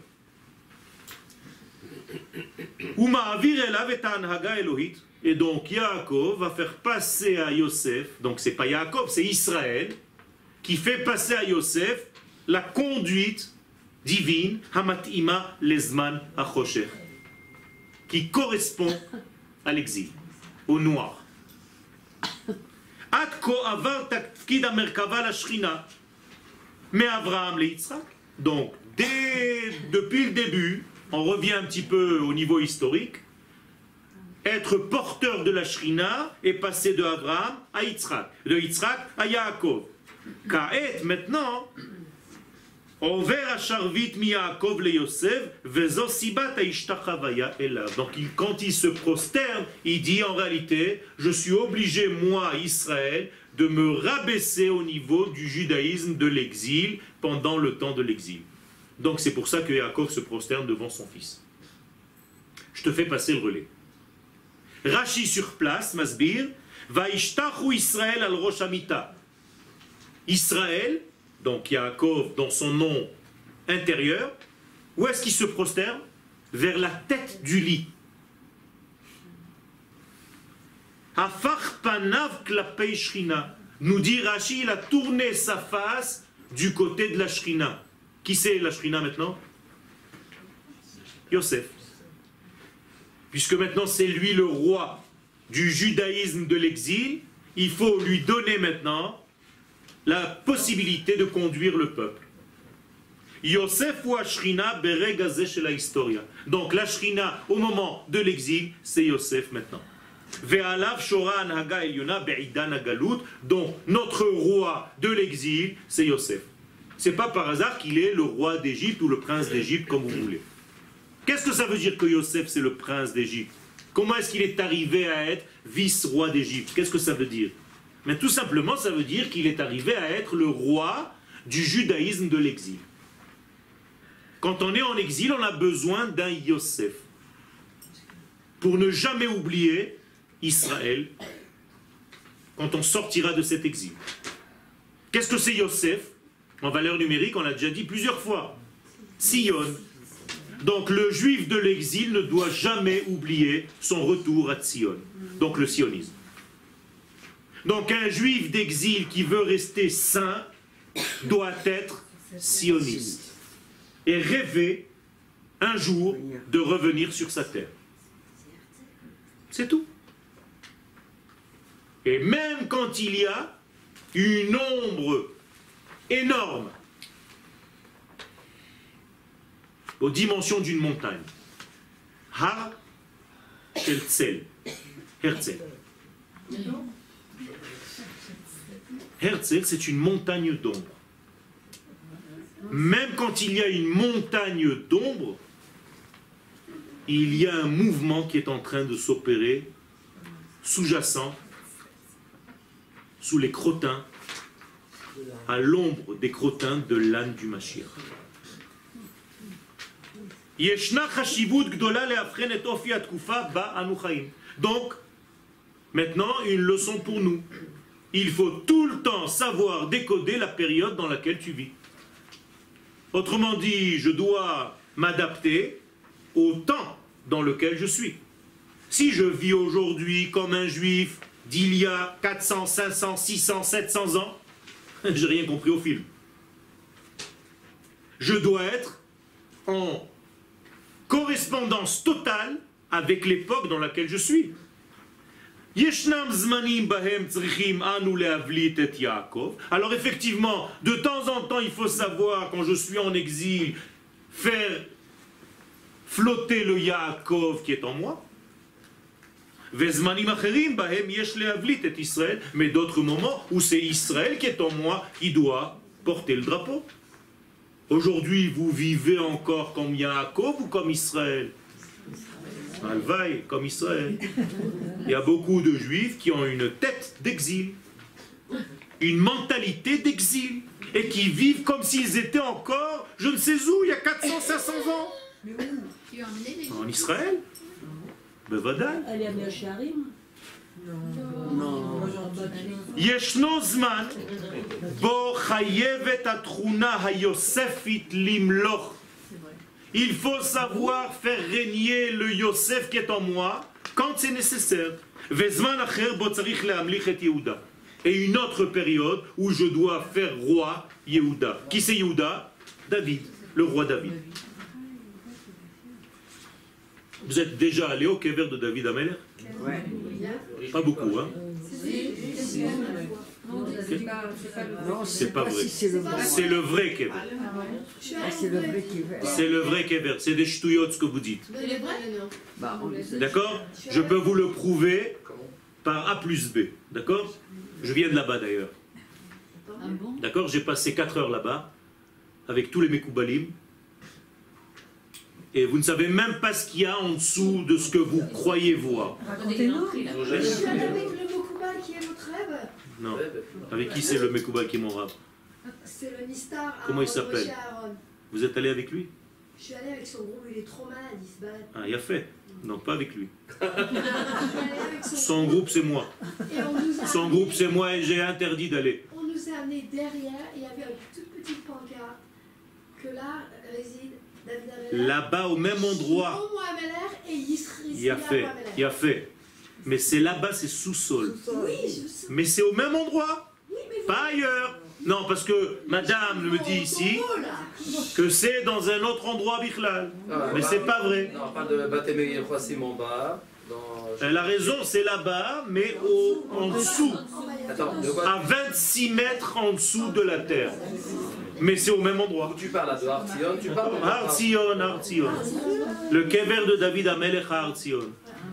Et donc Yaakov va faire passer à Yosef, donc c'est pas Yaakov, c'est Israël, qui fait passer à Yosef la conduite divine, Hamat'ima Lezman Achosher, qui correspond à l'exil, au noir. Atko avar tafkid amerkava la shrina, mais Abraham le Yitzhak. Donc, depuis le début, on revient un petit peu au niveau historique, être porteur de la shrina est passé de Abraham à Yitzhak, de Yitzhak à Yaakov. Ka'et, maintenant, on verra Sharvit mi Yaakov le Yosef, vezo sibat haishtachavaya elav. Donc quand il se prosterne, il dit en réalité, je suis obligé, moi, Israël, de me rabaisser au niveau du judaïsme de l'exil pendant le temps de l'exil. Donc c'est pour ça que Yaakov se prosterne devant son fils. Je te fais passer le relais. Rashi sur place, Masbir, vaishtachu Israël al rosh hamita. Israël, donc Yaakov dans son nom intérieur, où est-ce qu'il se prosterne? Vers la tête du lit. Hafach panav klapei shrina. Nous dit Rashi, il a tourné sa face du côté de la shrina. Qui c'est la shrina maintenant? Yosef. Puisque maintenant c'est lui le roi du judaïsme de l'exil, il faut lui donner maintenant la possibilité de conduire le peuple. Yosef ou Ashrina beregazeh shel historia. Donc la Shrina au moment de l'exil, c'est Yosef maintenant. Ve'alav shora anhaga elyona be'idan hagalut. Donc notre roi de l'exil, c'est Yosef. C'est pas par hasard qu'il est le roi d'Égypte ou le prince d'Égypte, comme vous voulez. Qu'est-ce que ça veut dire que Yosef c'est le prince d'Égypte? Comment est-ce qu'il est arrivé à être vice-roi d'Égypte? Qu'est-ce que ça veut dire? Mais tout simplement, ça veut dire qu'il est arrivé à être le roi du judaïsme de l'exil. Quand on est en exil, on a besoin d'un Yosef. Pour ne jamais oublier Israël quand on sortira de cet exil. Qu'est-ce que c'est Yosef? En valeur numérique, on l'a déjà dit plusieurs fois. Sion. Donc le juif de l'exil ne doit jamais oublier son retour à Sion. Donc le sionisme. Donc un juif d'exil qui veut rester saint doit être sioniste et rêver un jour de revenir sur sa terre. C'est tout. Et même quand il y a une ombre énorme aux dimensions d'une montagne, Har Herzl, Herzl. Herzl, c'est une montagne d'ombre. Même quand il y a une montagne d'ombre, il y a un mouvement qui est en train de s'opérer sous-jacent, sous les crottins, à l'ombre des crottins de l'âne du Mashiach. Donc, maintenant, une leçon pour nous. Il faut tout le temps savoir décoder la période dans laquelle tu vis. Autrement dit, je dois m'adapter au temps dans lequel je suis. Si je vis aujourd'hui comme un juif d'il y a 400, 500, 600, 700 ans, j'ai rien compris au film. Je dois être en correspondance totale avec l'époque dans laquelle je suis. Alors effectivement, de temps en temps, il faut savoir, quand je suis en exil, faire flotter le Yaakov qui est en moi. Mais d'autres moments où c'est Israël qui est en moi qui doit porter le drapeau. Aujourd'hui, vous vivez encore comme Yaakov ou comme Israël? Alvaï, comme Israël. Il y a beaucoup de juifs qui ont une tête d'exil, une mentalité d'exil, et qui vivent comme s'ils étaient encore, je ne sais où, il y a 400, 500 ans. Tu as emmené les En Israël? Bevadai. Elle est à Meacharim. ישנו זמן בו חייבת התכונה היוספית למלוך. Il faut savoir faire régner le Yosef qui est en moi quand c'est nécessaire. וזמן אחר בו צריך להמליך את יהודה. Et une autre période où je dois faire roi Yehuda. Qui c'est Yehuda? David, le roi David. Vous êtes déjà allé au kever de David Amelech? Ouais. Pas beaucoup, hein? Non, C'est pas vrai. si c'est le vrai. C'est le vrai kever. Ah, c'est le vrai qui est. C'est le vrai kever. C'est des ch'touillottes ce que vous dites. Bah, on les a- D'accord? Je peux vous le prouver par A plus B. D'accord? Je viens de là-bas d'ailleurs. D'accord? J'ai passé 4 heures là-bas avec tous les Mekoubalim. Et vous ne savez même pas ce qu'il y a en dessous de ce que vous croyez voir. Racontez-nous. Je suis allée avec le Mokoubal qui est votre rêve. Non. Avec qui c'est le Mekoubal qui est mon rab? C'est le Nistar. Comment il s'appelle? Aaron. Vous êtes allé avec lui? Je suis allée avec son groupe, il est trop malade, il se balade. Ah, il a fait. Non, pas avec lui. Je suis allée avec Son groupe, c'est moi. Et on nous a Son amené- groupe, c'est moi et j'ai interdit d'aller. On nous a amenés derrière, il y avait une toute petite pancarte que là réside David Ameller. Là-bas, au même endroit, Shlomo Ameller et Yisraël. il y a fait. Il y a fait. Mais c'est là-bas, c'est sous-sol. Oui, je sais. Mais c'est au même endroit, Oui, mais vous- pas ailleurs. Non, parce que madame me dit ici Oh là. que c'est dans un autre endroit, Bichlal. Mais c'est pas vrai. Non, on parle de Batemé Chassim en bas. Elle a raison, c'est là-bas, mais en dessous. Attends, de quoi À 26 mètres en dessous de la terre. Mais c'est au même endroit. tu parles là, de Artion, tu parles Artzion, Artzion. Le kever de David Amelech à Artzion.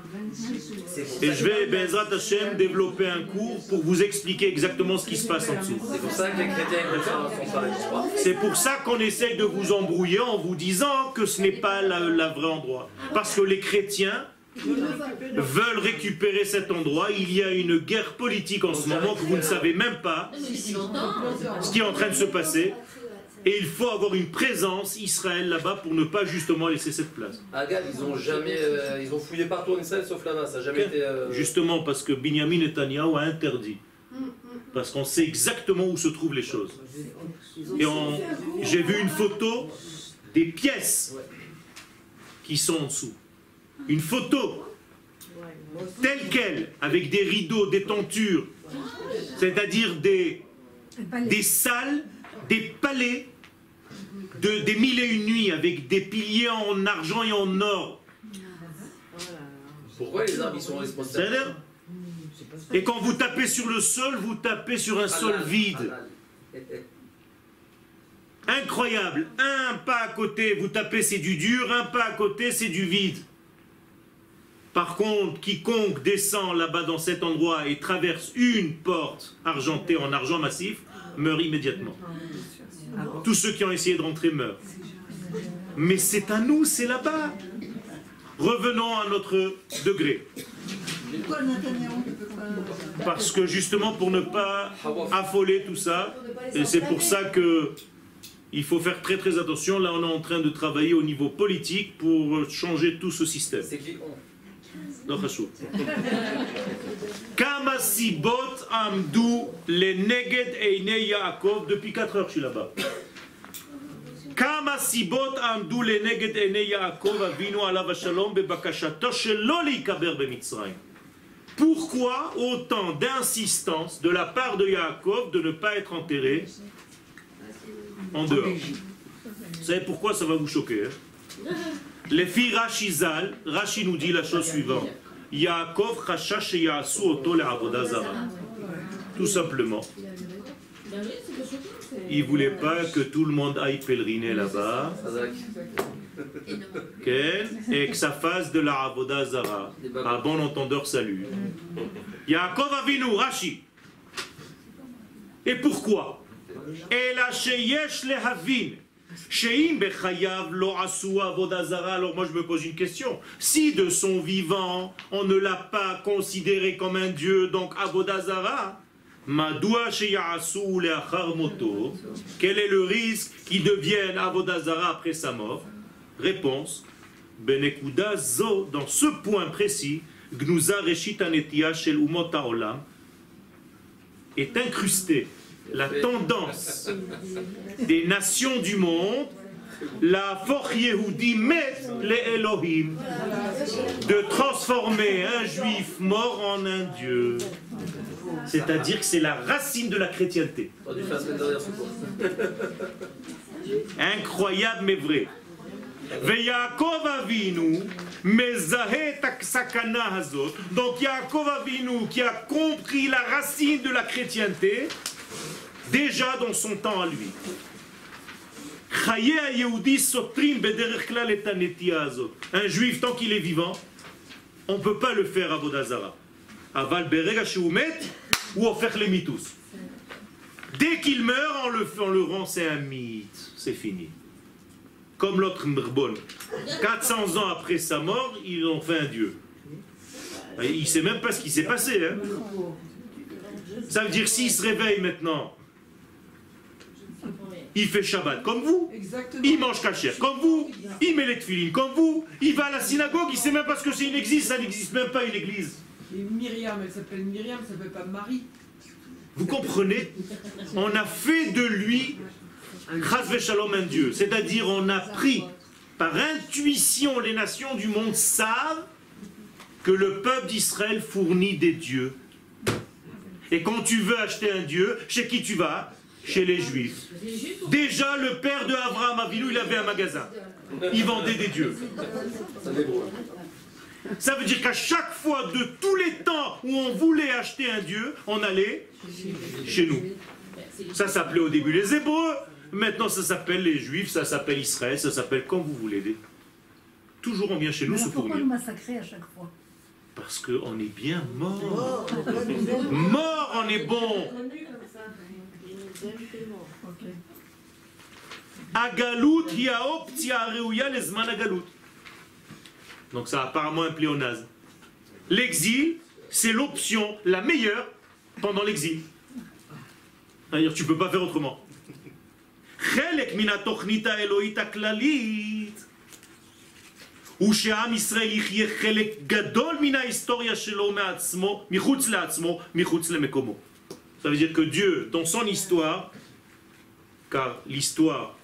Et je vais, Bezrat Hashem, développer un cours pour vous expliquer exactement ce qui se passe en dessous. C'est pour ça que les chrétiens ils sont pas je crois. C'est pour ça qu'on essaye de vous embrouiller en vous disant que ce n'est pas le vrai endroit. Parce que les chrétiens veulent récupérer cet endroit. Il y a une guerre politique en ce moment que vous ne savez même pas ce qui est en train de se passer. Et il faut avoir une présence Israël là-bas pour ne pas justement laisser cette place. Agad, ils ont jamais. Ils ont fouillé partout en Israël sauf là-bas, ça n'a jamais été. Justement parce que Binyamin Netanyahu a interdit. Parce qu'on sait exactement où se trouvent les choses. Et j'ai vu une photo des pièces qui sont en dessous. Une photo telle quelle, avec des rideaux, des tentures, c'est-à-dire des salles, des palais, des mille et une nuits, avec des piliers en argent et en or. Pourquoi les arbres ils sont responsables? C'est-à-dire, et quand vous tapez sur le sol, vous tapez sur un sol vide. Incroyable. Un pas à côté, vous tapez, c'est du dur. Un pas à côté, c'est du vide. Par contre, quiconque descend là-bas dans cet endroit et traverse une porte argentée en argent massif, meurt immédiatement. Tous ceux qui ont essayé de rentrer meurent. Mais c'est à nous, c'est là-bas. Revenons à notre degré. Parce que justement, pour ne pas affoler tout ça, et c'est pour ça que il faut faire très très attention. Là, on est en train de travailler au niveau politique pour changer tout ce système. C'est qui on? לא חשוב. כמה סיבות עמדו לנגד עיני יעקב, depuis 4 heures je suis là-bas. כמה סיבות עמדו לנגד עיני יעקב אבינו עליו השלום בבקשתו שלא להיקבר במצרים. Pourquoi autant d'insistance de la part de Yaakov de ne pas être enterré en dehors? Vous savez pourquoi ça va vous choquer, hein? Les filles Rachizal, Rachi nous dit la chose suivante. Yaakov chachash yasu oto le avoda zara. Tout simplement. Il ne voulait pas que tout le monde aille pèleriner là-bas. Et que ça fasse de la avoda zara. À bon entendeur, salut. Yaakov Avinu, Rashi. Et pourquoi? Et la sheyesh lehavin. Alors moi je me pose une question. Si de son vivant on ne l'a pas considéré comme un dieu, donc avoda zara, quel est le risque qu'il devienne avoda zara après sa mort? Réponse, Benekuda zo, dans ce point précis, Gnuza reshit anetia shel umot haolam, est incrusté la tendance des nations du monde, la force Yehudi met les Elohim, de transformer un juif mort en un dieu. C'est-à-dire que c'est la racine de la chrétienté. Incroyable mais vrai. Ve'Yaakov Avinu mezahe sakana hazot. Donc Yaakov Avinu qui a compris la racine de la chrétienté déjà dans son temps à lui. Un juif tant qu'il est vivant, on ne peut pas le faire à Vodazara. Aval berega sheumet ou offert les mitus. Dès qu'il meurt, on le rend, c'est un mythe, c'est fini. Comme l'autre Mbrbon. 400 ans après sa mort, ils ont fait un dieu. Il ne sait même pas ce qui s'est passé. Hein. Ça veut dire s'il se réveille maintenant, il fait Shabbat comme vous, il mange kasher comme vous, il met les tefilines comme vous, il va à la synagogue, il ne sait même pas ce que c'est une église, ça n'existe même pas une église. Et Myriam, elle s'appelle Myriam, ça ne s'appelle pas Marie. Vous comprenez? On a fait de lui Chas v'shalom un dieu, c'est-à-dire on a pris par intuition, les nations du monde savent que le peuple d'Israël fournit des dieux. Et quand tu veux acheter un dieu, chez qui tu vas? Chez les Juifs. Déjà, le père de Abraham Avinu, il avait un magasin. Il vendait des dieux. Ça veut dire qu'à chaque fois, de tous les temps où on voulait acheter un dieu, on allait chez nous. Ça s'appelait au début les Hébreux, maintenant ça s'appelle les Juifs, ça s'appelle Israël, ça s'appelle comme vous voulez. Toujours on vient chez nous se fournir. Pourquoi nous massacrer à chaque fois? Parce qu'on est bien mort. Mort, on est bon. Agalout hiaoptia reuya lezman agalout. Donc ça a apparemment un pléonasme. L'exil, c'est l'option la meilleure pendant l'exil. C'est-à-dire tu ne peux pas faire autrement. Chelek mina tochnita elohit aklalit. ושעם ישראל יחיה חלק גדול מן ההיסטוריה שלו מעצמו, מחוץ לעצמו, מחוץ למקומו. Ça veut dire que Dieu, dans son histoire, car l'histoire,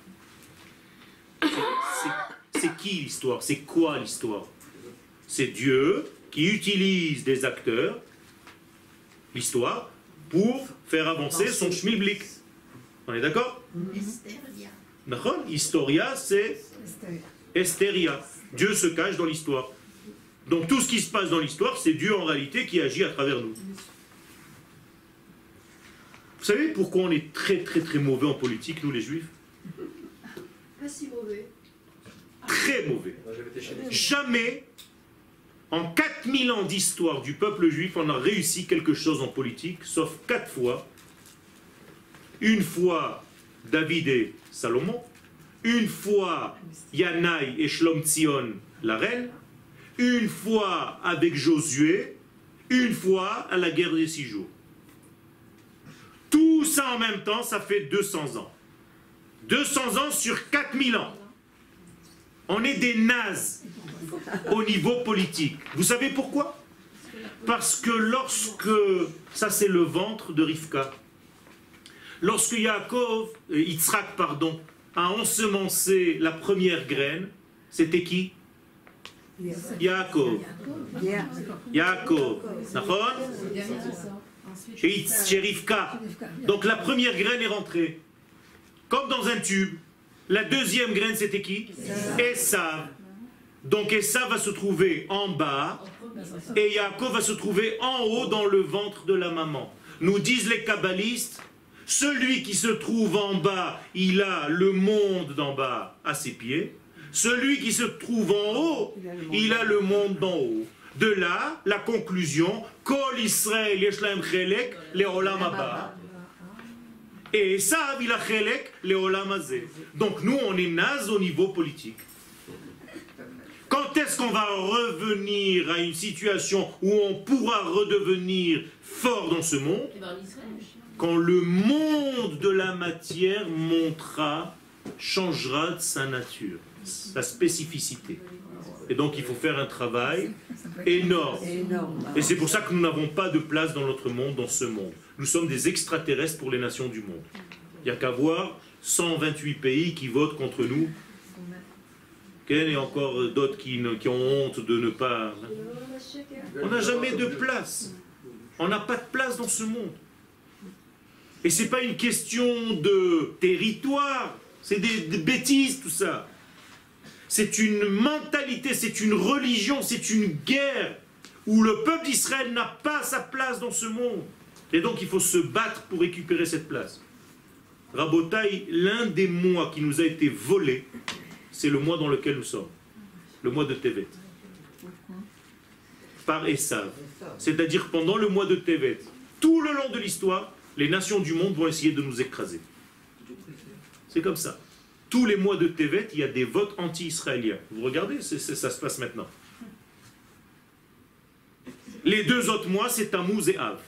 c'est qui l'histoire? C'est quoi l'histoire? C'est Dieu qui utilise des acteurs, l'histoire, pour faire avancer son schmilblick. On est d'accord? D'accord? Historia, c'est Estheria. Dieu se cache dans l'histoire. Donc tout ce qui se passe dans l'histoire, c'est Dieu en réalité qui agit à travers nous. Vous savez pourquoi on est très très très mauvais en politique, nous les Juifs? Pas si mauvais. Très mauvais. Jamais, en 4000 ans d'histoire du peuple juif, on a réussi quelque chose en politique, sauf 4 fois. Une fois David et Salomon, une fois Yanaï et Shlom Tzion, la reine, une fois avec Josué, une fois à la guerre des 6 jours. Tout ça en même temps, ça fait 200 ans. 200 ans sur 4000 ans. On est des nazes au niveau politique. Vous savez pourquoi? Parce que lorsque, ça c'est le ventre de Rivka, lorsque Yitzhak, a ensemencé la première graine, c'était qui? Yaakov. Yaakov. Chez Rivka. Donc la première graine est rentrée. Comme dans un tube. La deuxième graine, c'était qui? Esav. Donc Esav va se trouver en bas et Yaakov va se trouver en haut dans le ventre de la maman. Nous disent les kabbalistes, celui qui se trouve en bas, il a le monde d'en bas à ses pieds. Celui qui se trouve en haut, il a le monde d'en haut. De là, la conclusion, Kol Israël yesh lahem chelek leolam haba. Et Esav, il a chelek leolam hazeh. Donc nous, on est naze au niveau politique. Quand est-ce qu'on va revenir à une situation où on pourra redevenir fort dans ce monde? Quand le monde de la matière montera, changera de sa nature, sa spécificité. Et donc il faut faire un travail énorme. Et c'est pour ça que nous n'avons pas de place dans notre monde, dans ce monde. Nous sommes des extraterrestres pour les nations du monde. Il n'y a qu'à voir 128 pays qui votent contre nous. Et encore d'autres qui ont honte de ne pas... On n'a jamais de place. On n'a pas de place dans ce monde. Et ce n'est pas une question de territoire. C'est des bêtises tout ça. C'est une mentalité, c'est une religion, c'est une guerre où le peuple d'Israël n'a pas sa place dans ce monde. Et donc il faut se battre pour récupérer cette place. Rabotaï, l'un des mois qui nous a été volé, c'est le mois dans lequel nous sommes, le mois de Tevet, par Esav. C'est-à-dire pendant le mois de Tevet, tout le long de l'histoire, les nations du monde vont essayer de nous écraser. C'est comme ça. Tous les mois de Tevet, il y a des votes anti-israéliens. Vous regardez, ça se passe maintenant. Les deux autres mois, c'est Tammuz et Av.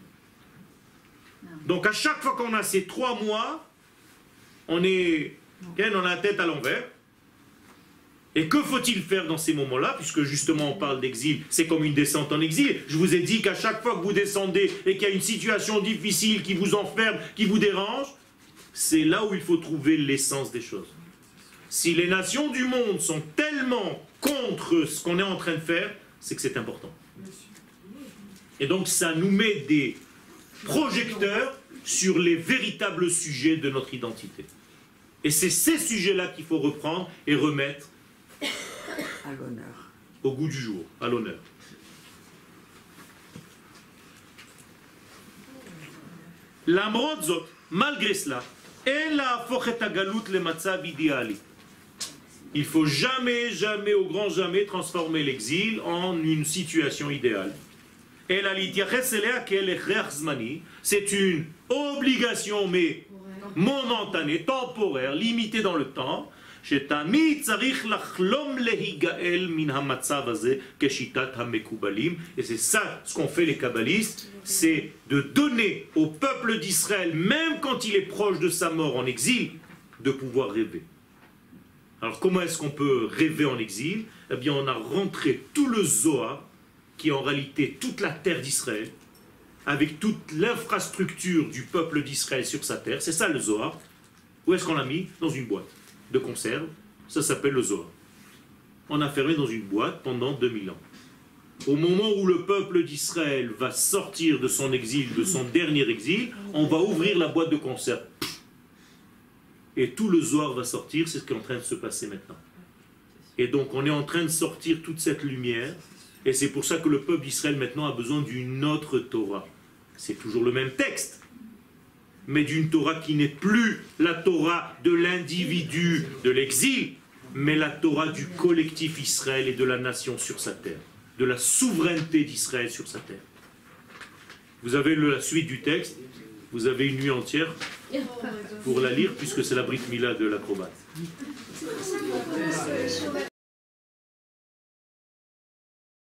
Donc à chaque fois qu'on a ces 3 mois, on a la tête à l'envers. Et que faut-il faire dans ces moments-là? Puisque justement on parle d'exil, c'est comme une descente en exil. Je vous ai dit qu'à chaque fois que vous descendez et qu'il y a une situation difficile qui vous enferme, qui vous dérange, c'est là où il faut trouver l'essence des choses. Si les nations du monde sont tellement contre ce qu'on est en train de faire, c'est que c'est important. Et donc ça nous met des projecteurs sur les véritables sujets de notre identité. Et c'est ces sujets-là qu'il faut reprendre et remettre à l'honneur. Au goût du jour, à l'honneur. L'amrod zot, malgré cela, il faut jamais, jamais, au grand jamais, transformer l'exil en une situation idéale. C'est une obligation, mais momentanée, temporaire, limitée dans le temps. Et c'est ça ce qu'ont fait les kabbalistes, c'est de donner au peuple d'Israël, même quand il est proche de sa mort en exil, de pouvoir rêver. Alors comment est-ce qu'on peut rêver en exil? Eh bien on a rentré tout le Zohar, qui est en réalité toute la terre d'Israël, avec toute l'infrastructure du peuple d'Israël sur sa terre. C'est ça le Zohar. Où est-ce qu'on l'a mis? Dans une boîte de conserve, ça s'appelle le Zohar. On a fermé dans une boîte pendant 2000 ans. Au moment où le peuple d'Israël va sortir de son exil, de son dernier exil, on va ouvrir la boîte de conserve. Et tout le Zohar va sortir, c'est ce qui est en train de se passer maintenant. Et donc on est en train de sortir toute cette lumière, et c'est pour ça que le peuple d'Israël maintenant a besoin d'une autre Torah. C'est toujours le même texte, mais d'une Torah qui n'est plus la Torah de l'individu de l'exil, mais la Torah du collectif Israël et de la nation sur sa terre, de la souveraineté d'Israël sur sa terre. Vous avez la suite du texte, vous avez une nuit entière pour la lire, puisque c'est la Brit Mila de l'acrobate.